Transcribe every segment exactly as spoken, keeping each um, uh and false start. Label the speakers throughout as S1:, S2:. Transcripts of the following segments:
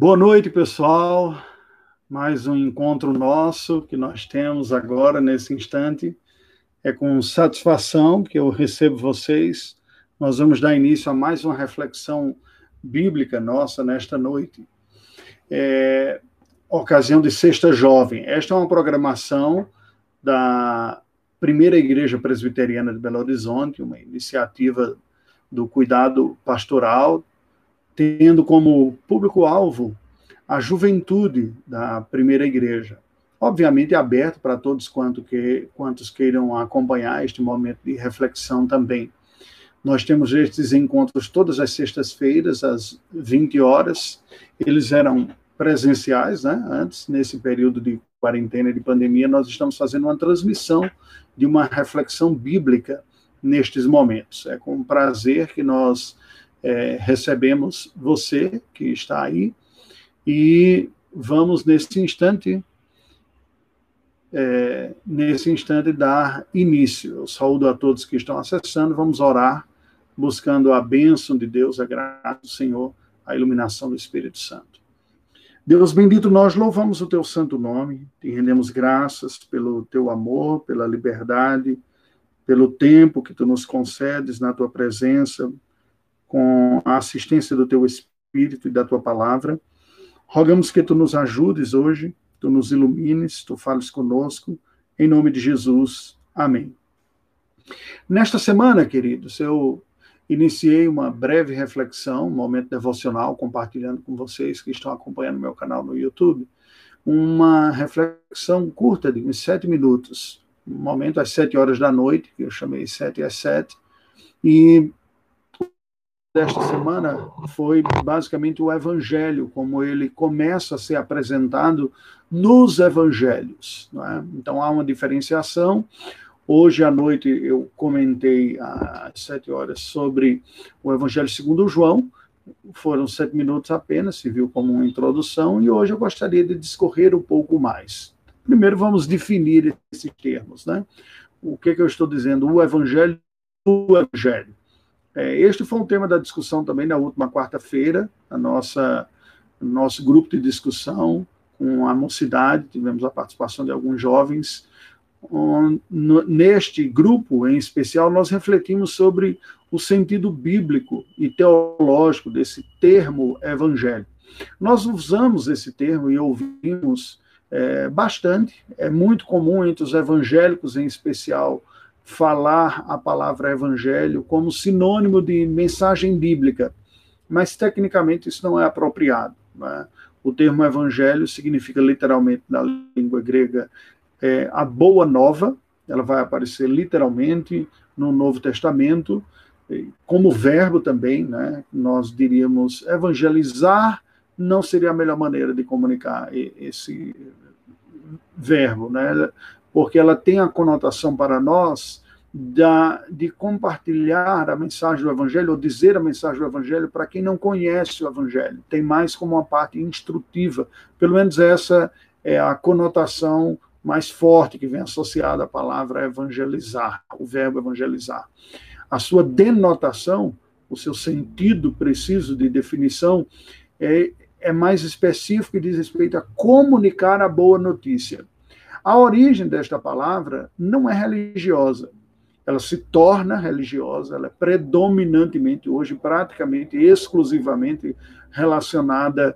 S1: Boa noite, pessoal. Mais um encontro nosso que nós temos agora, nesse instante. É com satisfação que eu recebo vocês. Nós vamos dar início a mais uma reflexão bíblica nossa nesta noite. É, ocasião de Sexta Jovem. Esta é uma programação da Primeira Igreja Presbiteriana de Belo Horizonte, uma iniciativa do cuidado pastoral, tendo como público-alvo a juventude da primeira igreja. Obviamente, aberto para todos quanto que, quantos queiram acompanhar este momento de reflexão também. Nós temos estes encontros todas as sextas-feiras, às vinte horas. Eles eram presenciais, né? Antes, nesse período de quarentena e de pandemia, nós estamos fazendo uma transmissão de uma reflexão bíblica nestes momentos. É com prazer que nós é, recebemos você que está aí, e vamos, nesse instante, é, nesse instante, dar início. Eu saúdo a todos que estão acessando, vamos orar, buscando a bênção de Deus, a graça do Senhor, a iluminação do Espírito Santo. Deus bendito, nós louvamos o teu santo nome, te rendemos graças pelo teu amor, pela liberdade, pelo tempo que tu nos concedes na tua presença, com a assistência do teu Espírito e da tua palavra. Rogamos que tu nos ajudes hoje, tu nos ilumines, tu fales conosco, em nome de Jesus. Amém. Nesta semana, queridos, eu iniciei uma breve reflexão, um momento devocional, compartilhando com vocês que estão acompanhando meu canal no YouTube, uma reflexão curta de uns sete minutos, um momento às sete horas da noite, que eu chamei sete às sete, e desta semana foi basicamente o Evangelho, como ele começa a ser apresentado nos Evangelhos, não é? Então há uma diferenciação. Hoje à noite eu comentei às sete horas sobre o Evangelho segundo João, foram sete minutos apenas, se viu como uma introdução, e hoje eu gostaria de discorrer um pouco mais. Primeiro vamos definir esses termos, né? O que, que eu estou dizendo? O Evangelho, o Evangelho. Este foi um tema da discussão também na última quarta-feira, a nossa nosso grupo de discussão com a mocidade, tivemos a participação de alguns jovens. Neste grupo, em especial, nós refletimos sobre o sentido bíblico e teológico desse termo evangelho. Nós usamos esse termo e ouvimos é, bastante, é muito comum entre os evangélicos, em especial, falar a palavra evangelho como sinônimo de mensagem bíblica, mas tecnicamente isso não é apropriado, né? O termo evangelho significa literalmente na língua grega é, a boa nova, ela vai aparecer literalmente no Novo Testamento, como verbo também, né? Nós diríamos evangelizar não seria a melhor maneira de comunicar esse verbo, né? Porque ela tem a conotação para nós da, de compartilhar a mensagem do Evangelho, ou dizer a mensagem do Evangelho para quem não conhece o Evangelho. Tem mais como uma parte instrutiva. Pelo menos essa é a conotação mais forte que vem associada à palavra evangelizar, o verbo evangelizar. A sua denotação, o seu sentido preciso de definição, é, é mais específico e diz respeito a comunicar a boa notícia. A origem desta palavra não é religiosa. Ela se torna religiosa, ela é predominantemente hoje, praticamente, exclusivamente relacionada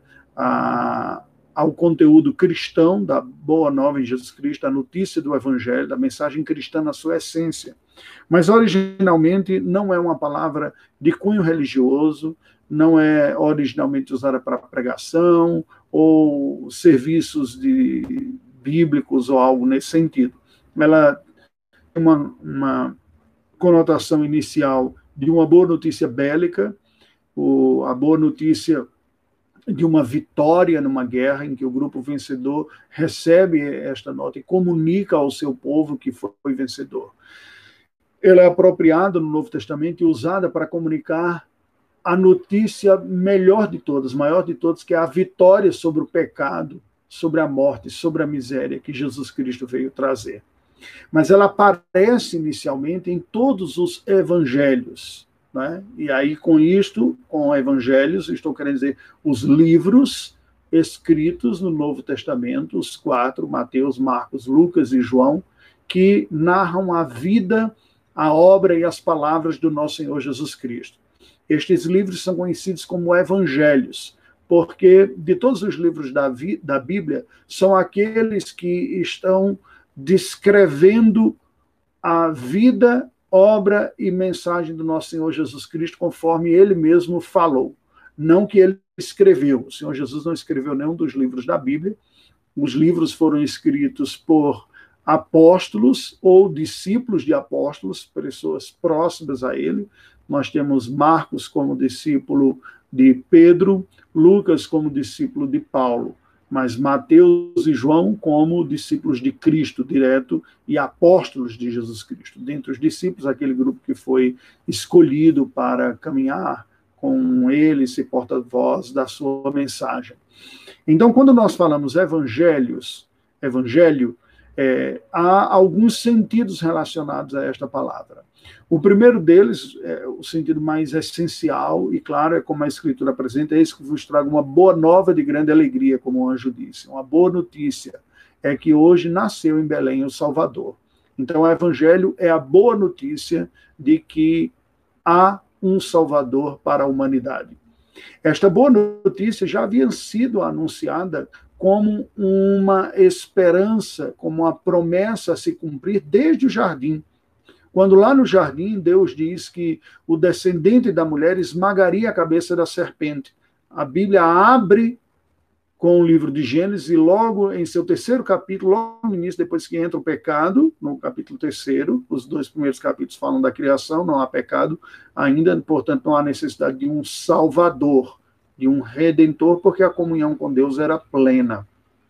S1: a, ao conteúdo cristão da Boa Nova em Jesus Cristo, a notícia do Evangelho, da mensagem cristã na sua essência. Mas, originalmente, não é uma palavra de cunho religioso, não é originalmente usada para pregação ou serviços de bíblicos ou algo nesse sentido. Ela tem uma, uma conotação inicial de uma boa notícia bélica, ou a boa notícia de uma vitória numa guerra em que o grupo vencedor recebe esta nota e comunica ao seu povo que foi vencedor. Ela é apropriada no Novo Testamento e usada para comunicar a notícia melhor de todas, maior de todas, que é a vitória sobre o pecado, sobre a morte, sobre a miséria que Jesus Cristo veio trazer. Mas ela aparece inicialmente em todos os evangelhos, né? E aí, com isto, com evangelhos, estou querendo dizer os livros escritos no Novo Testamento, os quatro, Mateus, Marcos, Lucas e João, que narram a vida, a obra e as palavras do nosso Senhor Jesus Cristo. Estes livros são conhecidos como evangelhos, porque de todos os livros da, da Bíblia, são aqueles que estão descrevendo a vida, obra e mensagem do nosso Senhor Jesus Cristo, conforme ele mesmo falou. Não que ele escreveu. O Senhor Jesus não escreveu nenhum dos livros da Bíblia. Os livros foram escritos por apóstolos ou discípulos de apóstolos, pessoas próximas a ele. Nós temos Marcos como discípulo de Pedro, Lucas como discípulo de Paulo, mas Mateus e João como discípulos de Cristo direto e apóstolos de Jesus Cristo. Dentre os discípulos, aquele grupo que foi escolhido para caminhar com ele, se porta-voz da sua mensagem. Então, quando nós falamos evangelhos, evangelho, é, há alguns sentidos relacionados a esta palavra. O primeiro deles, é o sentido mais essencial, e claro, é como a Escritura apresenta, é isso que vos trago uma boa nova de grande alegria, como o anjo disse. Uma boa notícia é que hoje nasceu em Belém o Salvador. Então, o Evangelho é a boa notícia de que há um Salvador para a humanidade. Esta boa notícia já havia sido anunciada como uma esperança, como uma promessa a se cumprir desde o jardim. Quando lá no jardim, Deus diz que o descendente da mulher esmagaria a cabeça da serpente. A Bíblia abre com o livro de Gênesis e logo em seu terceiro capítulo, logo no início, depois que entra o pecado, no capítulo terceiro, os dois primeiros capítulos falam da criação, não há pecado ainda, portanto não há necessidade de um salvador, de um redentor, porque a comunhão com Deus era plena.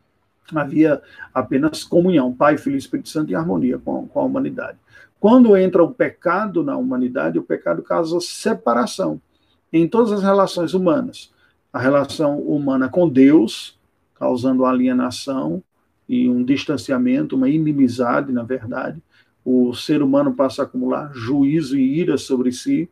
S1: Havia apenas comunhão, Pai, Filho e Espírito Santo em harmonia com, com a humanidade. Quando entra o pecado na humanidade, o pecado causa separação em todas as relações humanas. A relação humana com Deus, causando alienação e um distanciamento, uma inimizade, na verdade. O ser humano passa a acumular juízo e ira sobre si,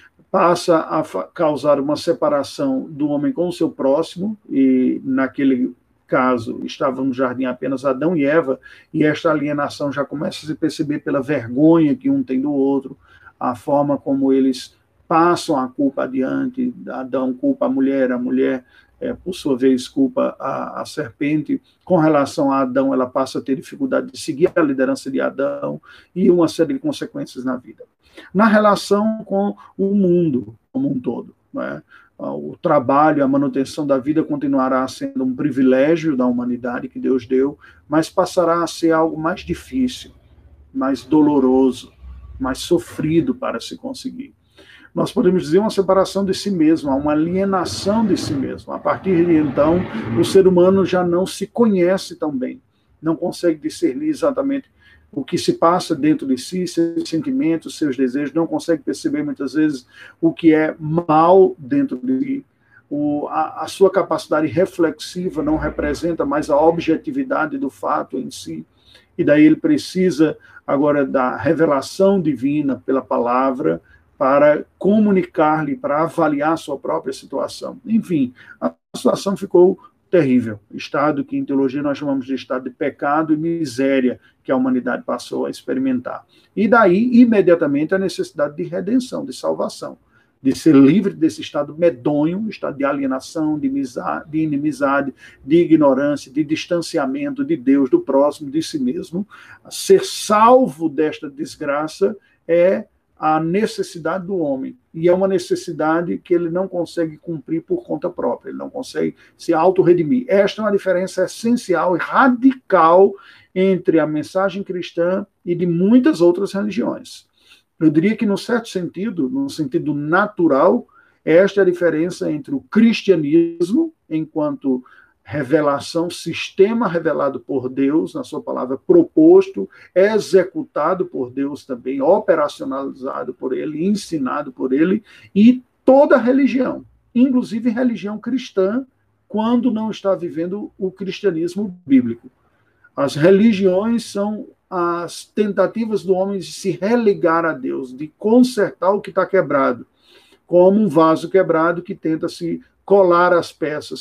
S1: passa a causar uma separação do homem com o seu próximo, e naquele caso estavam no jardim apenas Adão e Eva, e esta alienação já começa a se perceber pela vergonha que um tem do outro, a forma como eles passam a culpa adiante. Adão culpa a mulher, a mulher, é, por sua vez, culpa a, a serpente. Com relação a Adão, ela passa a ter dificuldade de seguir a liderança de Adão e uma série de consequências na vida. Na relação com o mundo como um todo, não é? O trabalho, a manutenção da vida continuará sendo um privilégio da humanidade que Deus deu, mas passará a ser algo mais difícil, mais doloroso, mais sofrido para se conseguir. Nós podemos dizer uma separação de si mesmo, uma alienação de si mesmo. A partir de então, o ser humano já não se conhece tão bem, não consegue discernir exatamente o que se passa dentro de si, seus sentimentos, seus desejos, não consegue perceber muitas vezes o que é mal dentro de si. O, a, a sua capacidade reflexiva não representa mais a objetividade do fato em si, e daí ele precisa agora da revelação divina pela palavra para comunicar-lhe, para avaliar a sua própria situação. Enfim, a situação ficou terrível. Estado que em teologia nós chamamos de estado de pecado e miséria que a humanidade passou a experimentar. E daí, imediatamente, a necessidade de redenção, de salvação, de ser livre desse estado medonho, estado de alienação, de, de inimizade, de ignorância, de distanciamento de Deus, do próximo, de si mesmo. Ser salvo desta desgraça é a necessidade do homem, e é uma necessidade que ele não consegue cumprir por conta própria, ele não consegue se auto-redimir. Esta é uma diferença essencial e radical entre a mensagem cristã e de muitas outras religiões. Eu diria que, num certo sentido, num sentido natural, esta é a diferença entre o cristianismo, enquanto revelação, sistema revelado por Deus, na sua palavra, proposto, executado por Deus também, operacionalizado por ele, ensinado por ele, e toda religião, inclusive religião cristã, quando não está vivendo o cristianismo bíblico. As religiões são as tentativas do homem de se religar a Deus, de consertar o que está quebrado, como um vaso quebrado que tenta se colar as peças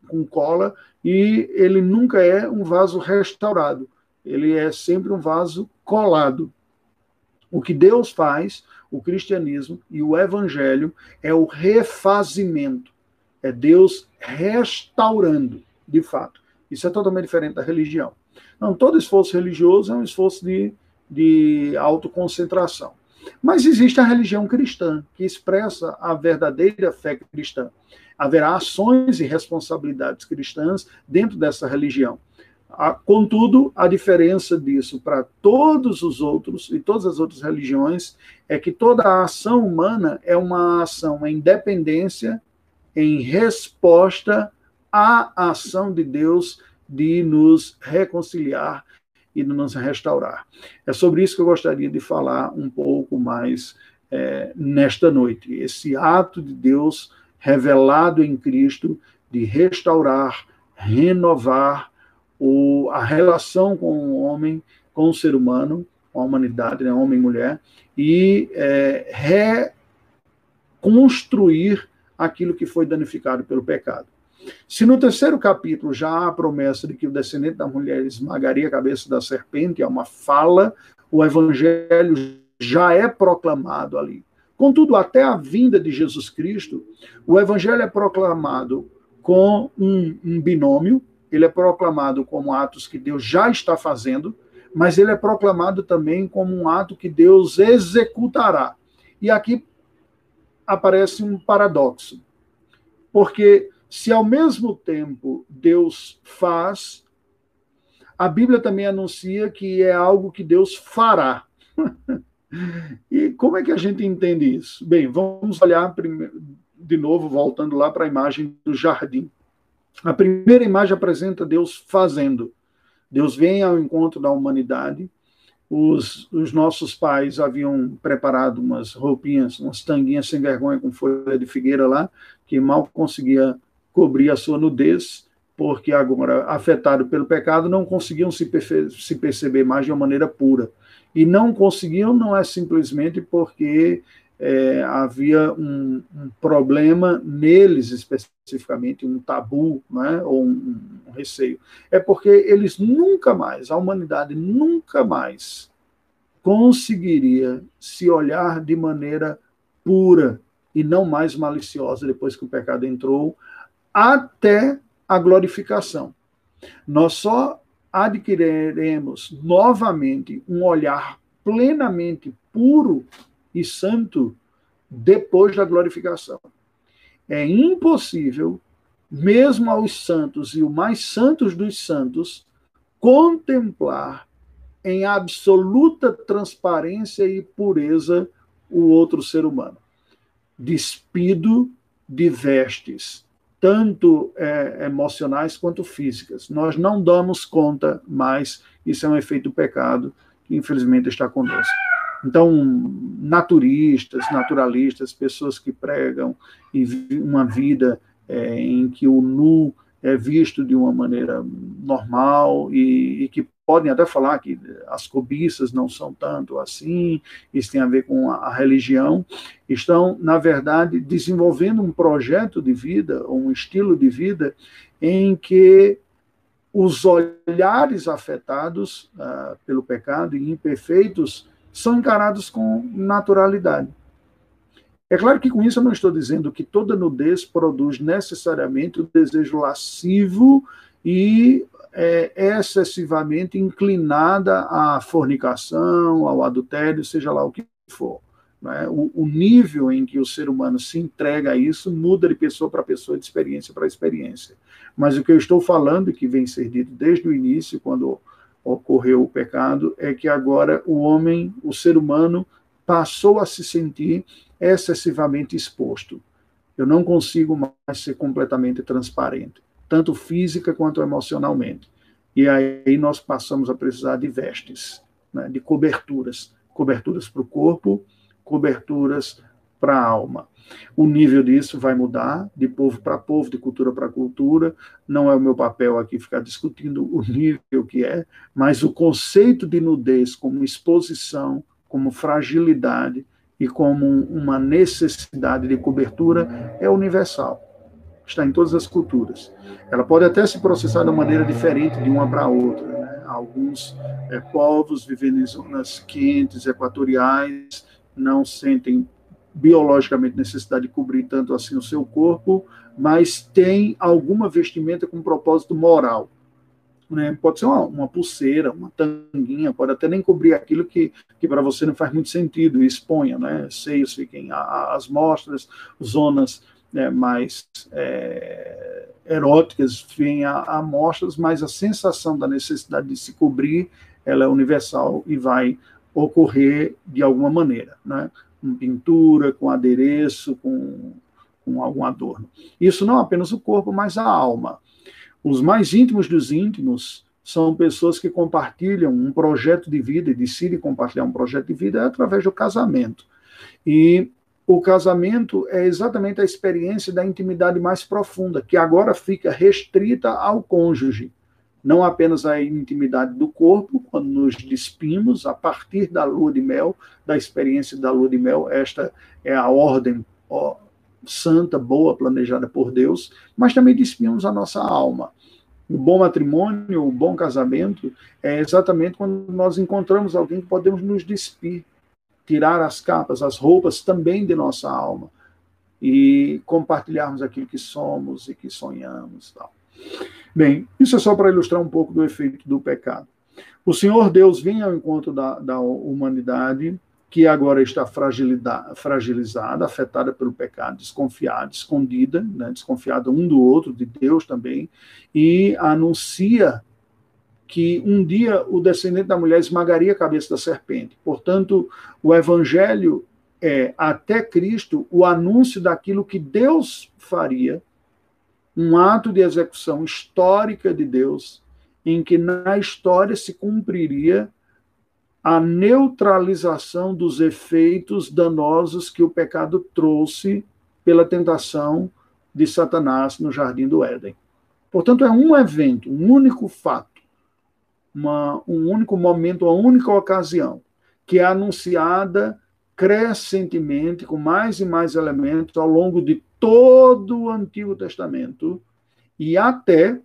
S1: com cola, e ele nunca é um vaso restaurado, ele é sempre um vaso colado. O que Deus faz, o cristianismo e o evangelho, é o refazimento, é Deus restaurando, de fato. Isso é totalmente diferente da religião. Não, todo esforço religioso é um esforço de, de autoconcentração. Mas existe a religião cristã, que expressa a verdadeira fé cristã. Haverá ações e responsabilidades cristãs dentro dessa religião. Contudo, a diferença disso para todos os outros e todas as outras religiões é que toda a ação humana é uma ação em dependência, em resposta à ação de Deus de nos reconciliar e de nos restaurar. É sobre isso que eu gostaria de falar um pouco mais é, nesta noite. Esse ato de Deus revelado em Cristo de restaurar, renovar o, a relação com o homem, com o ser humano, com a humanidade, né, homem e mulher, e é, reconstruir aquilo que foi danificado pelo pecado. Se no terceiro capítulo já há a promessa de que o descendente da mulher esmagaria a cabeça da serpente, é uma fala, o evangelho já é proclamado ali. Contudo, até a vinda de Jesus Cristo, o evangelho é proclamado com um, um binômio, ele é proclamado como atos que Deus já está fazendo, mas ele é proclamado também como um ato que Deus executará. E aqui aparece um paradoxo, porque se ao mesmo tempo Deus faz, a Bíblia também anuncia que é algo que Deus fará. E como é que a gente entende isso? Bem, vamos olhar de novo, voltando lá para a imagem do jardim. A primeira imagem apresenta Deus fazendo. Deus vem ao encontro da humanidade. Os, os nossos pais haviam preparado umas roupinhas, umas tanguinhas sem vergonha com folha de figueira lá, que mal conseguia cobrir a sua nudez, porque agora, afetado pelo pecado, não conseguiam se, perfe- se perceber mais de uma maneira pura. E não conseguiam não é simplesmente porque é, havia um, um problema neles especificamente, um tabu, né, ou um, um receio. É porque eles nunca mais, a humanidade nunca mais conseguiria se olhar de maneira pura e não mais maliciosa depois que o pecado entrou, até a glorificação. Nós só adquiriremos novamente um olhar plenamente puro e santo depois da glorificação. É impossível, mesmo aos santos e o mais santos dos santos, contemplar em absoluta transparência e pureza o outro ser humano, despido de vestes, tanto é, emocionais quanto físicas. Nós não damos conta mais, isso é um efeito do pecado, que infelizmente está conosco. Então, naturistas, naturalistas, pessoas que pregam uma vida é, em que o nu é visto de uma maneira normal e, e que podem até falar que as cobiças não são tanto assim, isso tem a ver com a, a religião, estão, na verdade, desenvolvendo um projeto de vida, um estilo de vida, em que os olhares afetados uh, pelo pecado e imperfeitos são encarados com naturalidade. É claro que com isso eu não estou dizendo que toda nudez produz necessariamente o desejo lascivo e é, excessivamente inclinada à fornicação, ao adultério, seja lá o que for. Né? O, o nível em que o ser humano se entrega a isso muda de pessoa para pessoa, de experiência para experiência. Mas o que eu estou falando, e que vem ser dito desde o início, quando ocorreu o pecado, é que agora o homem, o ser humano, passou a se sentir excessivamente exposto. Eu não consigo mais ser completamente transparente, tanto física quanto emocionalmente. E aí nós passamos a precisar de vestes, né, de coberturas, coberturas para o corpo, coberturas para a alma. O nível disso vai mudar de povo para povo, de cultura para cultura. Não é o meu papel aqui ficar discutindo o nível que é, mas o conceito de nudez como exposição, como fragilidade e como uma necessidade de cobertura é universal. está em todas as culturas. Ela pode até se processar de uma maneira diferente de uma para outra, né? Alguns é, povos vivendo em zonas quentes, equatoriais, não sentem biologicamente necessidade de cobrir tanto assim o seu corpo, mas tem alguma vestimenta com propósito moral. Né? Pode ser uma, uma pulseira, uma tanguinha, pode até nem cobrir aquilo que, que para você não faz muito sentido, e exponha, né? Seios fiquem às mostras, zonas né, mais é, eróticas fiquem a mostras, mas a sensação da necessidade de se cobrir, ela é universal e vai ocorrer de alguma maneira, né? Com pintura, com adereço, com, com algum adorno. Isso não apenas o corpo, mas a alma. Os mais íntimos dos íntimos são pessoas que compartilham um projeto de vida e decidem compartilhar um projeto de vida através do casamento. E o casamento é exatamente a experiência da intimidade mais profunda, que agora fica restrita ao cônjuge. Não apenas a intimidade do corpo, quando nos despimos, a partir da lua de mel, da experiência da lua de mel, esta é a ordem ó, santa, boa, planejada por Deus, mas também despimos a nossa alma. O bom matrimônio, o bom casamento, é exatamente quando nós encontramos alguém que podemos nos despir, tirar as capas, as roupas também de nossa alma, e compartilharmos aquilo que somos e que sonhamos. Tal. Bem, isso é só para ilustrar um pouco do efeito do pecado. O Senhor Deus vem ao encontro da, da humanidade, que agora está fragilizada, afetada pelo pecado, desconfiada, escondida, né, desconfiada um do outro, de Deus também, e anuncia que um dia o descendente da mulher esmagaria a cabeça da serpente. Portanto, o evangelho é, até Cristo, o anúncio daquilo que Deus faria, um ato de execução histórica de Deus, em que na história se cumpriria a neutralização dos efeitos danosos que o pecado trouxe pela tentação de Satanás no Jardim do Éden. Portanto, é um evento, um único fato, uma, um único momento, uma única ocasião, que é anunciada crescentemente, com mais e mais elementos, ao longo de todo o Antigo Testamento e até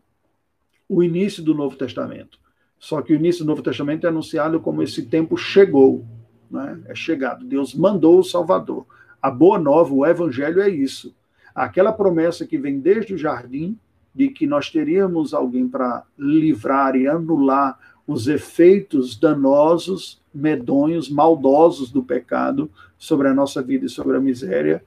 S1: o início do Novo Testamento. Só que o início do Novo Testamento é anunciado como esse tempo chegou, né? É chegado. Deus mandou o Salvador. A boa nova, o Evangelho é isso. Aquela promessa que vem desde o jardim, de que nós teríamos alguém para livrar e anular os efeitos danosos, medonhos, maldosos do pecado sobre a nossa vida e sobre a miséria,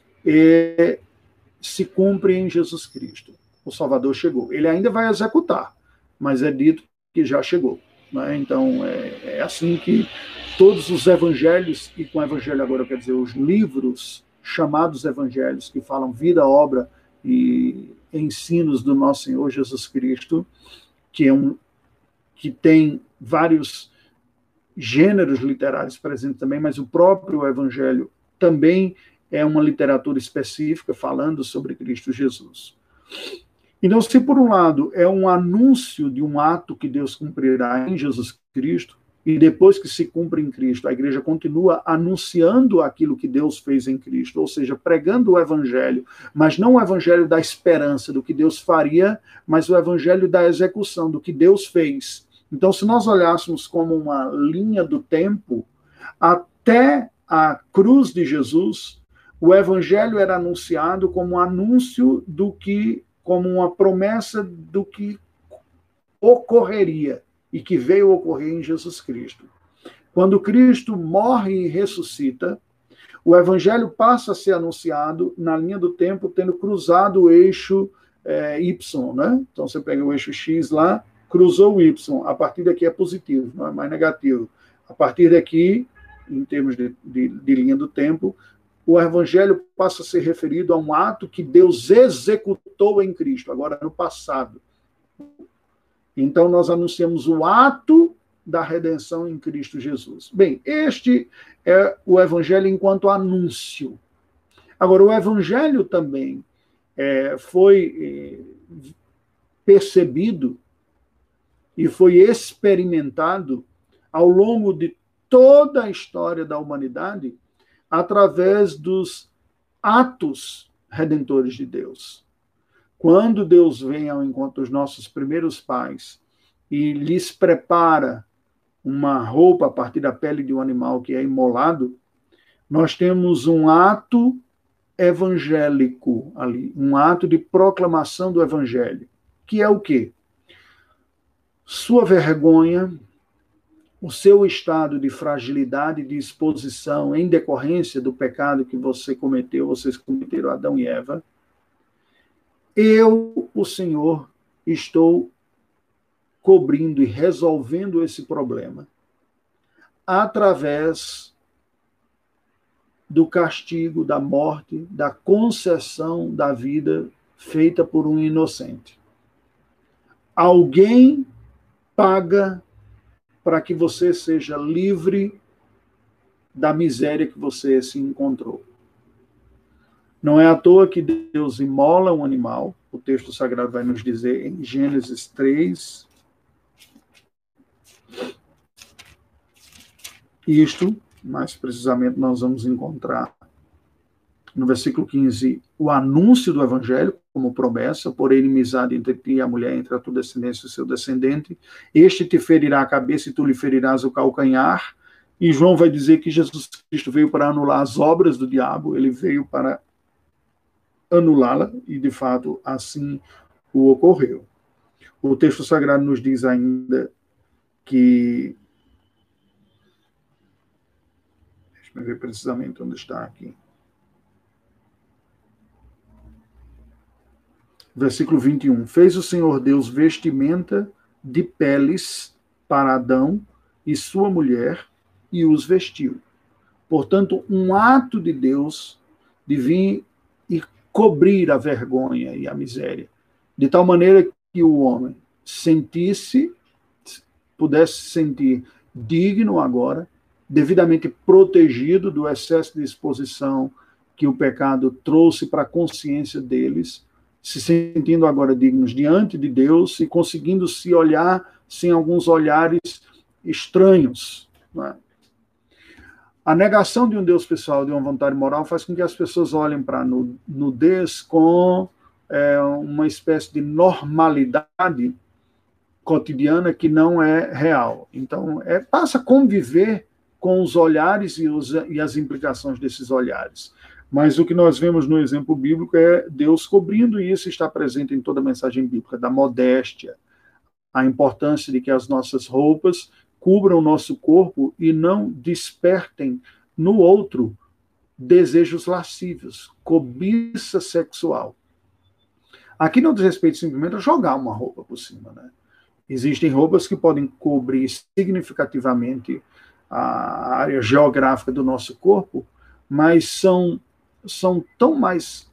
S1: e se cumpre em Jesus Cristo. O Salvador chegou. Ele ainda vai executar, mas é dito que já chegou. Né? Então, é, é assim que todos os evangelhos, e com evangelho agora eu quero dizer os livros chamados evangelhos, que falam vida, obra e ensinos do nosso Senhor Jesus Cristo, que, é um, que tem vários gêneros literários presentes também, mas o próprio evangelho também é uma literatura específica falando sobre Cristo Jesus. Então, se por um lado é um anúncio de um ato que Deus cumprirá em Jesus Cristo, e depois que se cumpre em Cristo, a igreja continua anunciando aquilo que Deus fez em Cristo, ou seja, pregando o evangelho, mas não o evangelho da esperança do que Deus faria, mas o evangelho da execução do que Deus fez. Então, se nós olhássemos como uma linha do tempo, até a cruz de Jesus, o evangelho era anunciado como um anúncio do que como uma promessa do que ocorreria e que veio ocorrer em Jesus Cristo. Quando Cristo morre e ressuscita, o evangelho passa a ser anunciado na linha do tempo, tendo cruzado o eixo é, Y, né? Então você pega o eixo X lá, cruzou o Y, a partir daqui é positivo, não é mais negativo. A partir daqui, em termos de, de, de linha do tempo, o evangelho passa a ser referido a um ato que Deus executou em Cristo, agora no passado. Então, nós anunciamos o ato da redenção em Cristo Jesus. Bem, este é o evangelho enquanto anúncio. Agora, o evangelho também é, foi é, percebido e foi experimentado ao longo de toda a história da humanidade através dos atos redentores de Deus. Quando Deus vem ao encontro dos nossos primeiros pais e lhes prepara uma roupa a partir da pele de um animal que é imolado, nós temos um ato evangélico ali, um ato de proclamação do evangelho, que é o quê? Sua vergonha, o seu estado de fragilidade, de exposição em decorrência do pecado que você cometeu, vocês cometeram, Adão e Eva. Eu, o Senhor, estou cobrindo e resolvendo esse problema através do castigo, da morte, da concessão da vida feita por um inocente. Alguém paga para que você seja livre da miséria que você se encontrou. Não é à toa que Deus imola um animal, o texto sagrado vai nos dizer em Gênesis três. Isto, mais precisamente, nós vamos encontrar no versículo quinze, o anúncio do evangelho como promessa, por inimizade entre ti e a mulher, entre a tua descendência e o seu descendente, este te ferirá a cabeça e tu lhe ferirás o calcanhar. E João vai dizer que Jesus Cristo veio para anular as obras do diabo, ele veio para anulá-la, e de fato assim o ocorreu. O texto sagrado nos diz ainda que, deixa eu ver precisamente onde está aqui, versículo vinte e um, fez o Senhor Deus vestimenta de peles para Adão e sua mulher e os vestiu. Portanto, um ato de Deus de vir e cobrir a vergonha e a miséria, de tal maneira que o homem sentisse, pudesse se sentir digno agora, devidamente protegido do excesso de exposição que o pecado trouxe para a consciência deles, se sentindo agora dignos diante de Deus e conseguindo se olhar sem alguns olhares estranhos. Não é? A negação de um Deus pessoal, de uma vontade moral, faz com que as pessoas olhem para a nudez com é, uma espécie de normalidade cotidiana que não é real. Então, é, passa a conviver com os olhares e, os, e as implicações desses olhares. Mas o que nós vemos no exemplo bíblico é Deus cobrindo, e isso está presente em toda a mensagem bíblica, da modéstia, a importância de que as nossas roupas cubram o nosso corpo e não despertem no outro desejos lascivos, cobiça sexual. Aqui não diz respeito simplesmente a jogar uma roupa por cima, né? Existem roupas que podem cobrir significativamente a área geográfica do nosso corpo, mas são são tão mais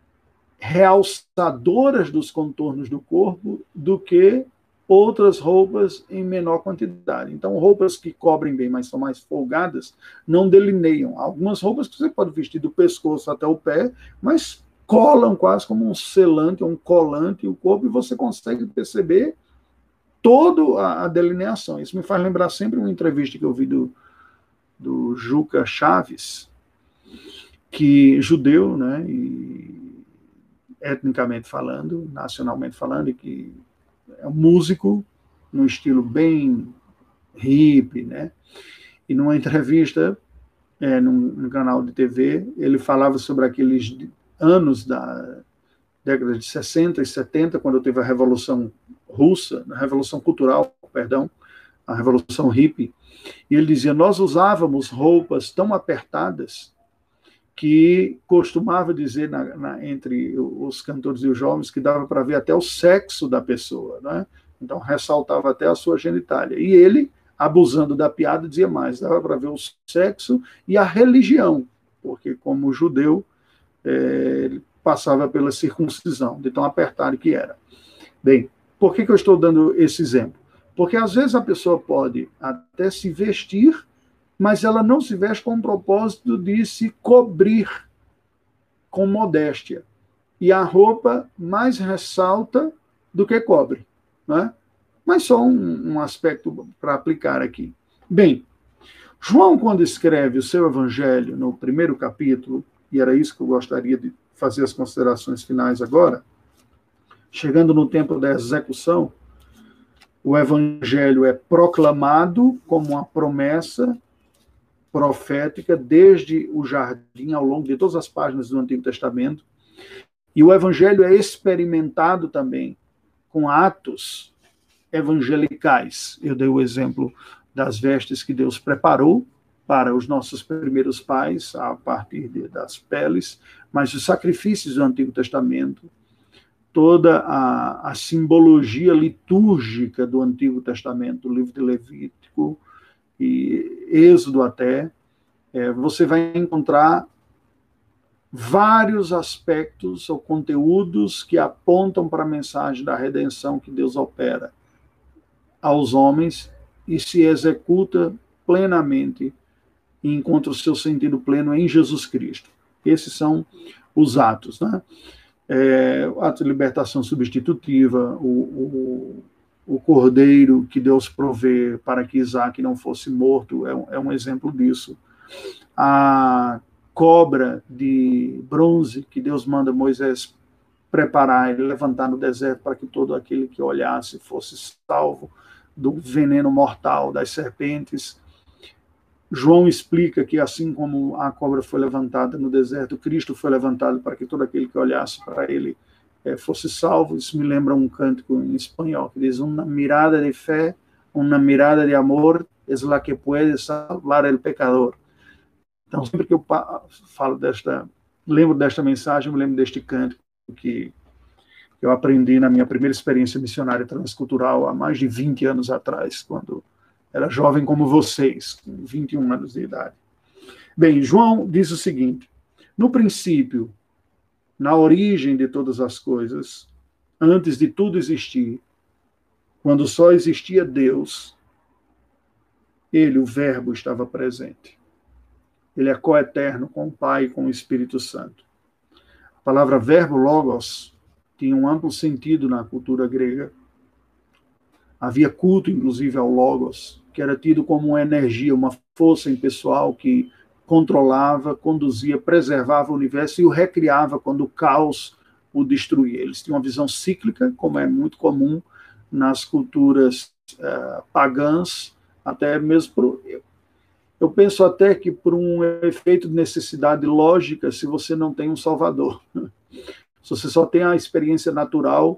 S1: realçadoras dos contornos do corpo do que outras roupas em menor quantidade. Então, roupas que cobrem bem, mas são mais folgadas, não delineiam. Algumas roupas que você pode vestir do pescoço até o pé, mas colam quase como um selante, um colante o corpo, e você consegue perceber toda a delineação. Isso me faz lembrar sempre uma entrevista que eu vi do, do Juca Chaves, que judeu, né, e etnicamente falando, nacionalmente falando, e que é um músico num estilo bem hippie, né? E numa entrevista é, num, num canal de T V, ele falava sobre aqueles anos da década de sessenta e setenta, quando teve a Revolução Russa, a Revolução Cultural, perdão, a Revolução Hippie, e ele dizia, nós usávamos roupas tão apertadas que costumava dizer na, na, entre os cantores e os jovens que dava para ver até o sexo da pessoa, né? Então ressaltava até a sua genitália. E ele, abusando da piada, dizia mais, dava para ver o sexo e a religião, porque como judeu, é, ele passava pela circuncisão, de tão apertado que era. Bem, por que, que eu estou dando esse exemplo? Porque às vezes a pessoa pode até se vestir, mas ela não se veste com o propósito de se cobrir com modéstia. E a roupa mais ressalta do que cobre, né? Mas só um, um aspecto para aplicar aqui. Bem, João, quando escreve o seu evangelho no primeiro capítulo, e era isso que eu gostaria de fazer as considerações finais agora, Chegando no tempo da execução, o evangelho é proclamado como uma promessa profética desde o jardim, ao longo de todas as páginas do Antigo Testamento, e o evangelho é experimentado também com atos evangelicais. Eu dei o exemplo das vestes que Deus preparou para os nossos primeiros pais, a partir de, das peles, mas os sacrifícios do Antigo Testamento, toda a, a simbologia litúrgica do Antigo Testamento, o livro de Levítico e Êxodo até, é, você vai encontrar vários aspectos ou conteúdos que apontam para a mensagem da redenção que Deus opera aos homens e se executa plenamente e encontra o seu sentido pleno em Jesus Cristo. Esses são os atos, né? É, o ato de libertação substitutiva, o, o, o cordeiro que Deus provê para que Isaac não fosse morto, é um, é um exemplo disso. A cobra de bronze que Deus manda Moisés preparar e levantar no deserto para que todo aquele que olhasse fosse salvo do veneno mortal das serpentes. João explica que assim como a cobra foi levantada no deserto, Cristo foi levantado para que todo aquele que olhasse para ele eh, fosse salvo. Isso me lembra um cântico em espanhol que diz: uma mirada de fé, uma mirada de amor es la que puede salvar el pecador. Então, sempre que eu falo desta, lembro desta mensagem, eu me lembro deste cântico que eu aprendi na minha primeira experiência missionária transcultural há mais de vinte anos atrás, quando era jovem como vocês, com vinte e um anos de idade. Bem, João diz o seguinte: no princípio, na origem de todas as coisas, antes de tudo existir, quando só existia Deus, ele, o Verbo, estava presente. Ele é coeterno com o Pai e com o Espírito Santo. A palavra verbo, logos, tinha um amplo sentido na cultura grega. Havia culto, inclusive, ao logos, que era tido como uma energia, uma força impessoal que controlava, conduzia, preservava o universo e o recriava quando o caos o destruía. Eles tinham uma visão cíclica, como é muito comum nas culturas uh, pagãs, até mesmo por... Eu penso até que por um efeito de necessidade lógica, se você não tem um salvador. Se você só tem a experiência natural,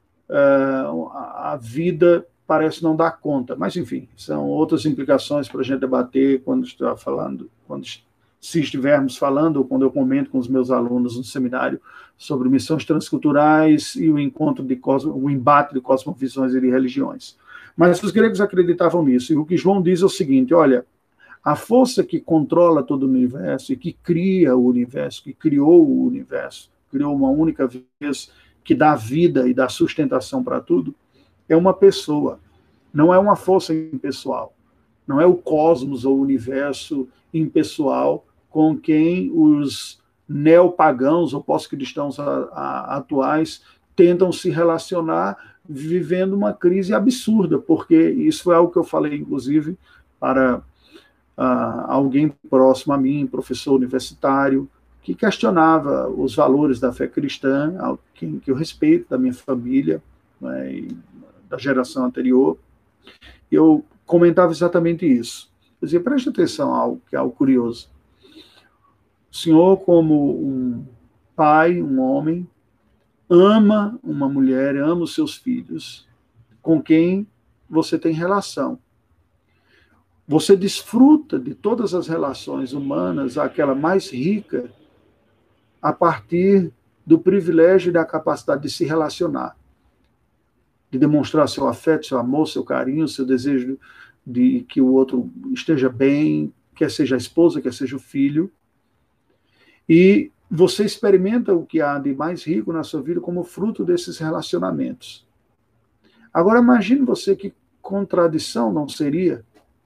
S1: a vida parece não dar conta. Mas, enfim, são outras implicações para a gente debater quando está falando, quando se estivermos falando, ou quando eu comento com os meus alunos no seminário sobre missões transculturais e o encontro de cosmo, o embate de cosmovisões e de religiões. Mas os gregos acreditavam nisso. E o que João diz é o seguinte: olha, a força que controla todo o universo e que cria o universo, que criou o universo, criou uma única vez, que dá vida e dá sustentação para tudo, é uma pessoa. Não é uma força impessoal. Não é o cosmos ou o universo impessoal com quem os neopagãos ou pós-cristãos atuais tentam se relacionar, vivendo uma crise absurda, porque isso é algo que eu falei, inclusive, para Uh, alguém próximo a mim, professor universitário, que questionava os valores da fé cristã, que, que eu respeito, da minha família, né, e da geração anterior. Eu comentava exatamente isso. Eu dizia: preste atenção a algo, que é algo curioso. O senhor, como um pai, um homem, ama uma mulher, ama os seus filhos, com quem você tem relação. Você desfruta de todas as relações humanas, aquela mais rica, a partir do privilégio e da capacidade de se relacionar, de demonstrar seu afeto, seu amor, seu carinho, seu desejo de que o outro esteja bem, quer seja a esposa, quer seja o filho. E você experimenta o que há de mais rico na sua vida como fruto desses relacionamentos. Agora, imagine você que contradição não seria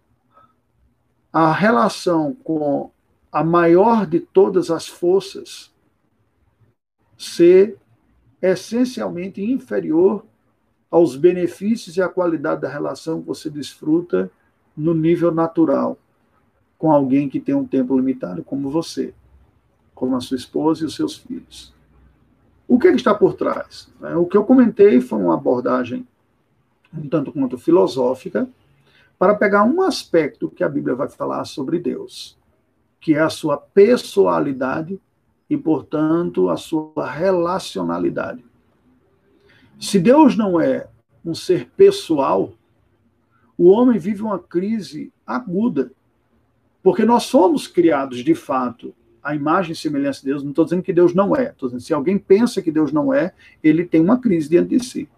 S1: a relação com a maior de todas as forças ser essencialmente inferior aos benefícios e à qualidade da relação que você desfruta no nível natural com alguém que tem um tempo limitado como você, como a sua esposa e os seus filhos. O que, é que está por trás? O que eu comentei foi uma abordagem um tanto quanto filosófica, para pegar um aspecto que a Bíblia vai falar sobre Deus, que é a sua pessoalidade e, portanto, a sua relacionalidade. Se Deus não é um ser pessoal, o homem vive uma crise aguda, porque nós somos criados, de fato, à imagem e semelhança de Deus. Não estou dizendo que Deus não é, estou dizendo que se alguém pensa que Deus não é, ele tem uma crise diante de si.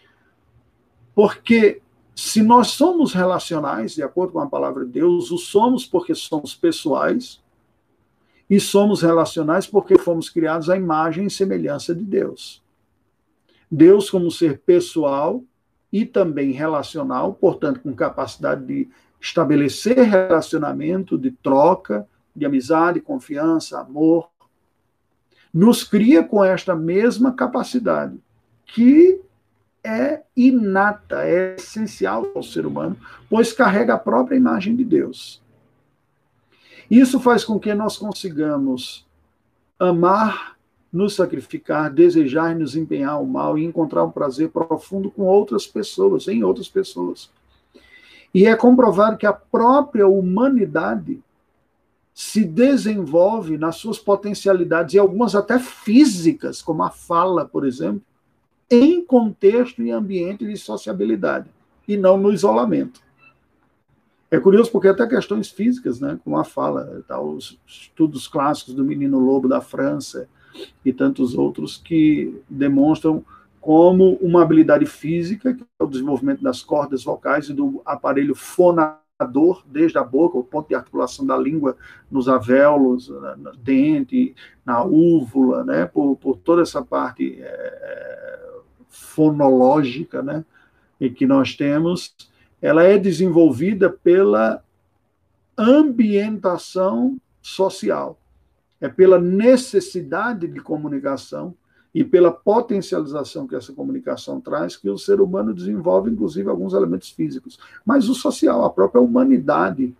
S1: Porque se nós somos relacionais, de acordo com a palavra de Deus, o somos porque somos pessoais e somos relacionais porque fomos criados à imagem e semelhança de Deus. Deus como ser pessoal e também relacional, portanto, com capacidade de estabelecer relacionamento, de troca, de amizade, confiança, amor, nos cria com esta mesma capacidade, que é inata, é essencial ao ser humano, pois carrega a própria imagem de Deus. Isso faz com que nós consigamos amar, nos sacrificar, desejar e nos empenhar ao mal e encontrar um prazer profundo com outras pessoas, em outras pessoas. E é comprovado que a própria humanidade se desenvolve nas suas potencialidades, e algumas até físicas, como a fala, por exemplo, em contexto e ambiente de sociabilidade, e não no isolamento. É curioso porque até questões físicas, né, como a fala, tá, os estudos clássicos do Menino Lobo da França e tantos outros que demonstram como uma habilidade física, que é o desenvolvimento das cordas vocais e do aparelho fonador, desde a boca, o ponto de articulação da língua nos alvéolos, no dente, na úvula, né, por, por toda essa parte é, fonológica, né, e que nós temos, ela é desenvolvida pela ambientação social, é pela necessidade de comunicação e pela potencialização que essa comunicação traz que o ser humano desenvolve, inclusive, alguns elementos físicos. Mas o social, a própria humanidade,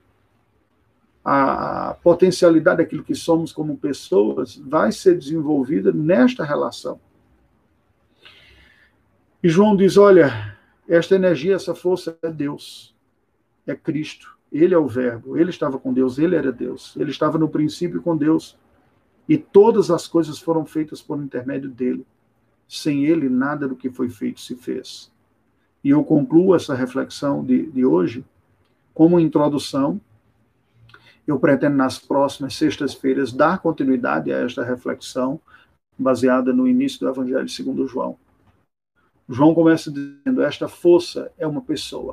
S1: a potencialidade daquilo que somos como pessoas, vai ser desenvolvida nesta relação. E João diz, olha, esta energia, essa força é Deus, é Cristo, Ele é o Verbo, Ele estava com Deus, Ele era Deus, Ele estava no princípio com Deus, e todas as coisas foram feitas por intermédio dele. Sem ele, nada do que foi feito se fez. E eu concluo essa reflexão de, de hoje como introdução. Eu pretendo, nas próximas sextas-feiras, dar continuidade a esta reflexão, baseada no início do Evangelho segundo João. João começa dizendo, esta força é uma pessoa.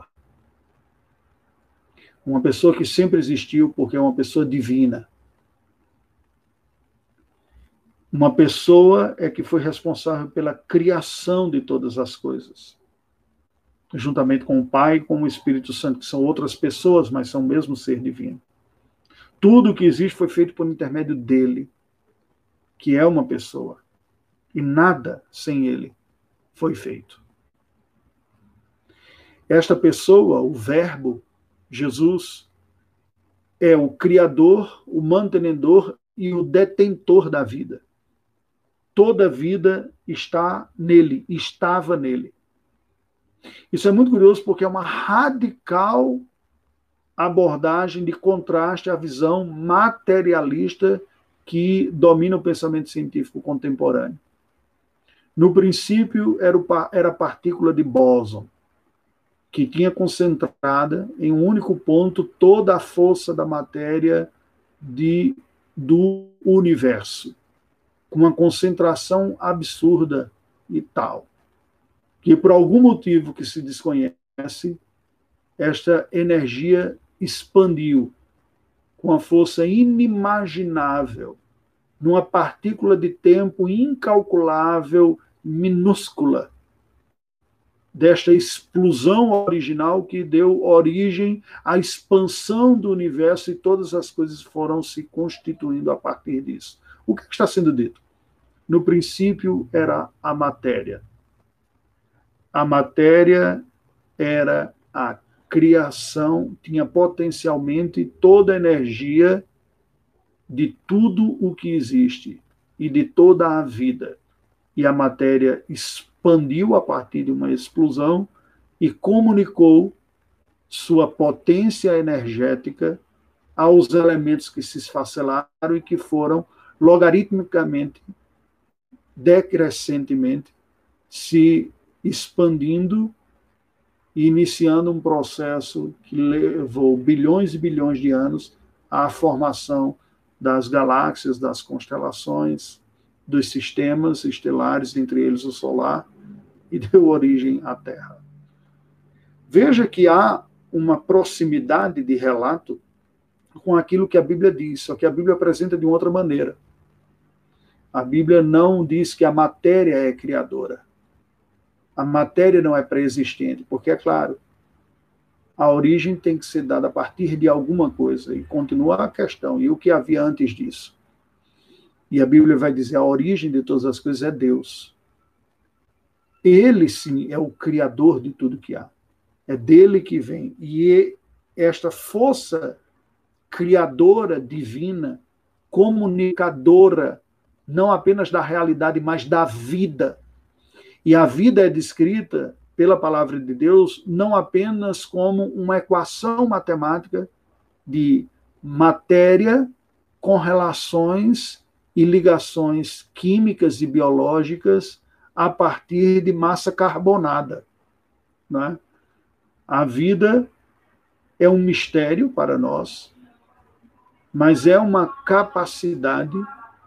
S1: Uma pessoa que sempre existiu, porque é uma pessoa divina. Uma pessoa é que foi responsável pela criação de todas as coisas, juntamente com o Pai e com o Espírito Santo, que são outras pessoas, mas são o mesmo ser divino. Tudo o que existe foi feito por intermédio dele, que é uma pessoa, e nada sem ele foi feito. Esta pessoa, o Verbo, Jesus, é o Criador, o mantenedor e o detentor da vida. Toda a vida está nele, estava nele. Isso é muito curioso porque é uma radical abordagem de contraste à visão materialista que domina o pensamento científico contemporâneo. No princípio, era, o, era a partícula de bóson, que tinha concentrada em um único ponto toda a força da matéria de, do universo, com uma concentração absurda e tal, que por algum motivo que se desconhece, esta energia expandiu com uma força inimaginável, numa partícula de tempo incalculável, minúscula, desta explosão original que deu origem à expansão do universo e todas as coisas foram se constituindo a partir disso. O que está sendo dito? No princípio era a matéria. A matéria era a criação, tinha potencialmente toda a energia de tudo o que existe e de toda a vida. e a matéria expandiu a partir de uma explosão e comunicou sua potência energética aos elementos que se esfacelaram e que foram logaritmicamente, decrescentemente, se expandindo e iniciando um processo que levou bilhões e bilhões de anos à formação das galáxias, das constelações, dos sistemas estelares, entre eles o solar, e deu origem à Terra. Veja que há uma proximidade de relato com aquilo que a Bíblia diz, só que a Bíblia apresenta de outra maneira. A Bíblia não diz que a matéria é criadora. A matéria não é pré-existente, porque, é claro, a origem tem que ser dada a partir de alguma coisa, e continua a questão, e o que havia antes disso? E a Bíblia vai dizer, a origem de todas as coisas é Deus. Ele, sim, é o criador de tudo que há. É dele que vem. E esta força criadora, divina, comunicadora, não apenas da realidade, mas da vida. E a vida é descrita pela palavra de Deus não apenas como uma equação matemática de matéria com relações e ligações químicas e biológicas a partir de massa carbonada, né? A vida é um mistério para nós, mas é uma capacidade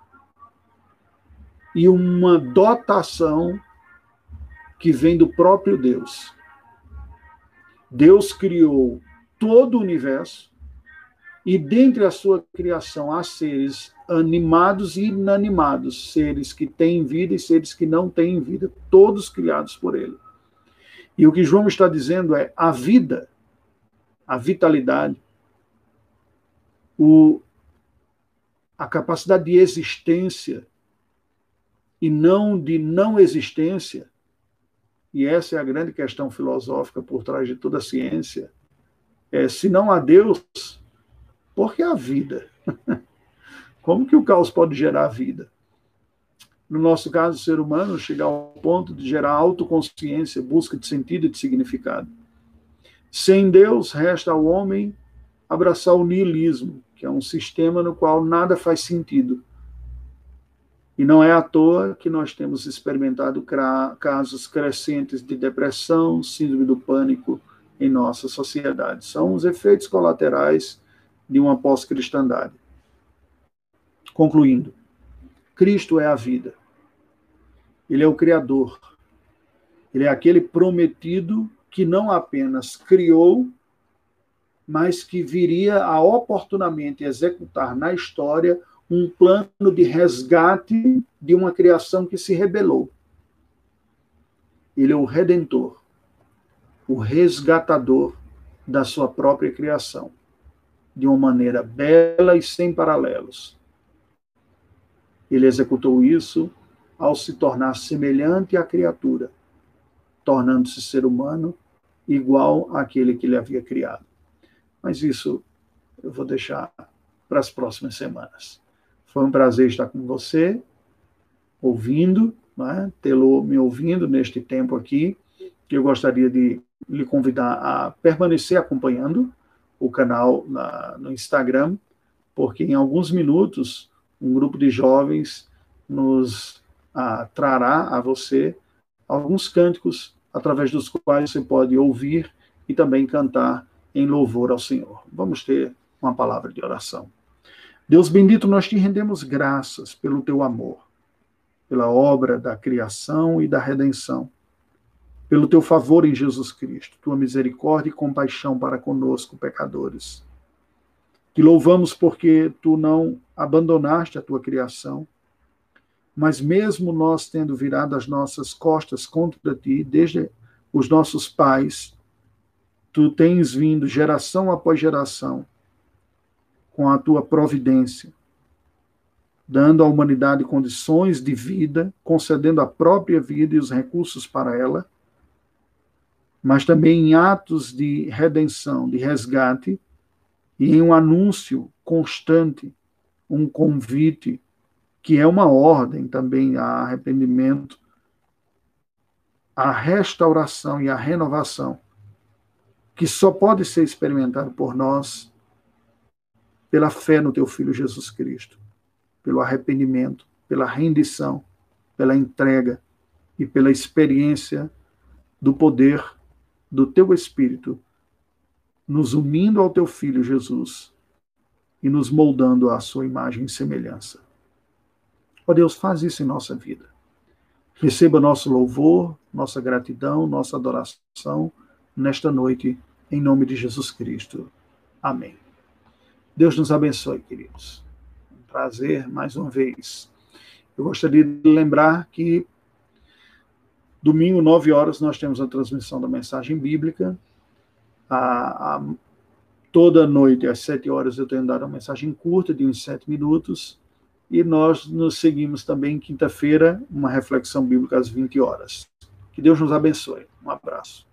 S1: e uma dotação que vem do próprio Deus. Deus criou todo o universo e dentre a sua criação há seres animados e inanimados, seres que têm vida e seres que não têm vida, todos criados por ele. E o que João está dizendo é a vida, a vitalidade, o, a capacidade de existência e não de não existência, e essa é a grande questão filosófica por trás de toda a ciência, é, se não há Deus, por que há vida? Como que o caos pode gerar vida? No nosso caso, o ser humano chegar ao ponto de gerar autoconsciência, busca de sentido e de significado. Sem Deus, resta ao homem abraçar o niilismo, que é um sistema no qual nada faz sentido. E não é à toa que nós temos experimentado casos crescentes de depressão, síndrome do pânico em nossa sociedade. São os efeitos colaterais de uma pós-cristandade. Concluindo, Cristo é a vida. Ele é o Criador. Ele é aquele prometido que não apenas criou, mas que viria a oportunamente executar na história um plano de resgate de uma criação que se rebelou. Ele é o Redentor, o resgatador da sua própria criação, de uma maneira bela e sem paralelos. Ele executou isso ao se tornar semelhante à criatura, tornando-se ser humano igual àquele que ele havia criado. Mas isso eu vou deixar para as próximas semanas. Foi um prazer estar com você, ouvindo, né, tê-lo me ouvindo neste tempo aqui. Eu gostaria de lhe convidar a permanecer acompanhando o canal na, no Instagram, porque em alguns minutos um grupo de jovens nos ah, trará a você alguns cânticos através dos quais você pode ouvir e também cantar em louvor ao Senhor. Vamos ter uma palavra de oração. Deus bendito, nós te rendemos graças pelo teu amor, pela obra da criação e da redenção, pelo teu favor em Jesus Cristo, tua misericórdia e compaixão para conosco, pecadores. Te louvamos porque tu não abandonaste a tua criação, mas mesmo nós tendo virado as nossas costas contra ti, desde os nossos pais, tu tens vindo geração após geração com a tua providência, dando à humanidade condições de vida, concedendo a própria vida e os recursos para ela, mas também em atos de redenção, de resgate, e em um anúncio constante, um convite que é uma ordem também a arrependimento, a restauração e a renovação, que só pode ser experimentado por nós pela fé no teu Filho Jesus Cristo, pelo arrependimento, pela rendição, pela entrega e pela experiência do poder do teu Espírito, nos unindo ao teu Filho Jesus e nos moldando à sua imagem e semelhança. Ó Deus, faz isso em nossa vida. Receba nosso louvor, nossa gratidão, nossa adoração nesta noite, em nome de Jesus Cristo. Amém. Deus nos abençoe, queridos. Um prazer, mais uma vez. Eu gostaria de lembrar que domingo, nove horas, nós temos a transmissão da mensagem bíblica. A, a, toda noite, às sete horas, eu tenho dado uma mensagem curta, de uns sete minutos. E nós nos seguimos também, quinta-feira, uma reflexão bíblica às vinte horas. Que Deus nos abençoe. Um abraço.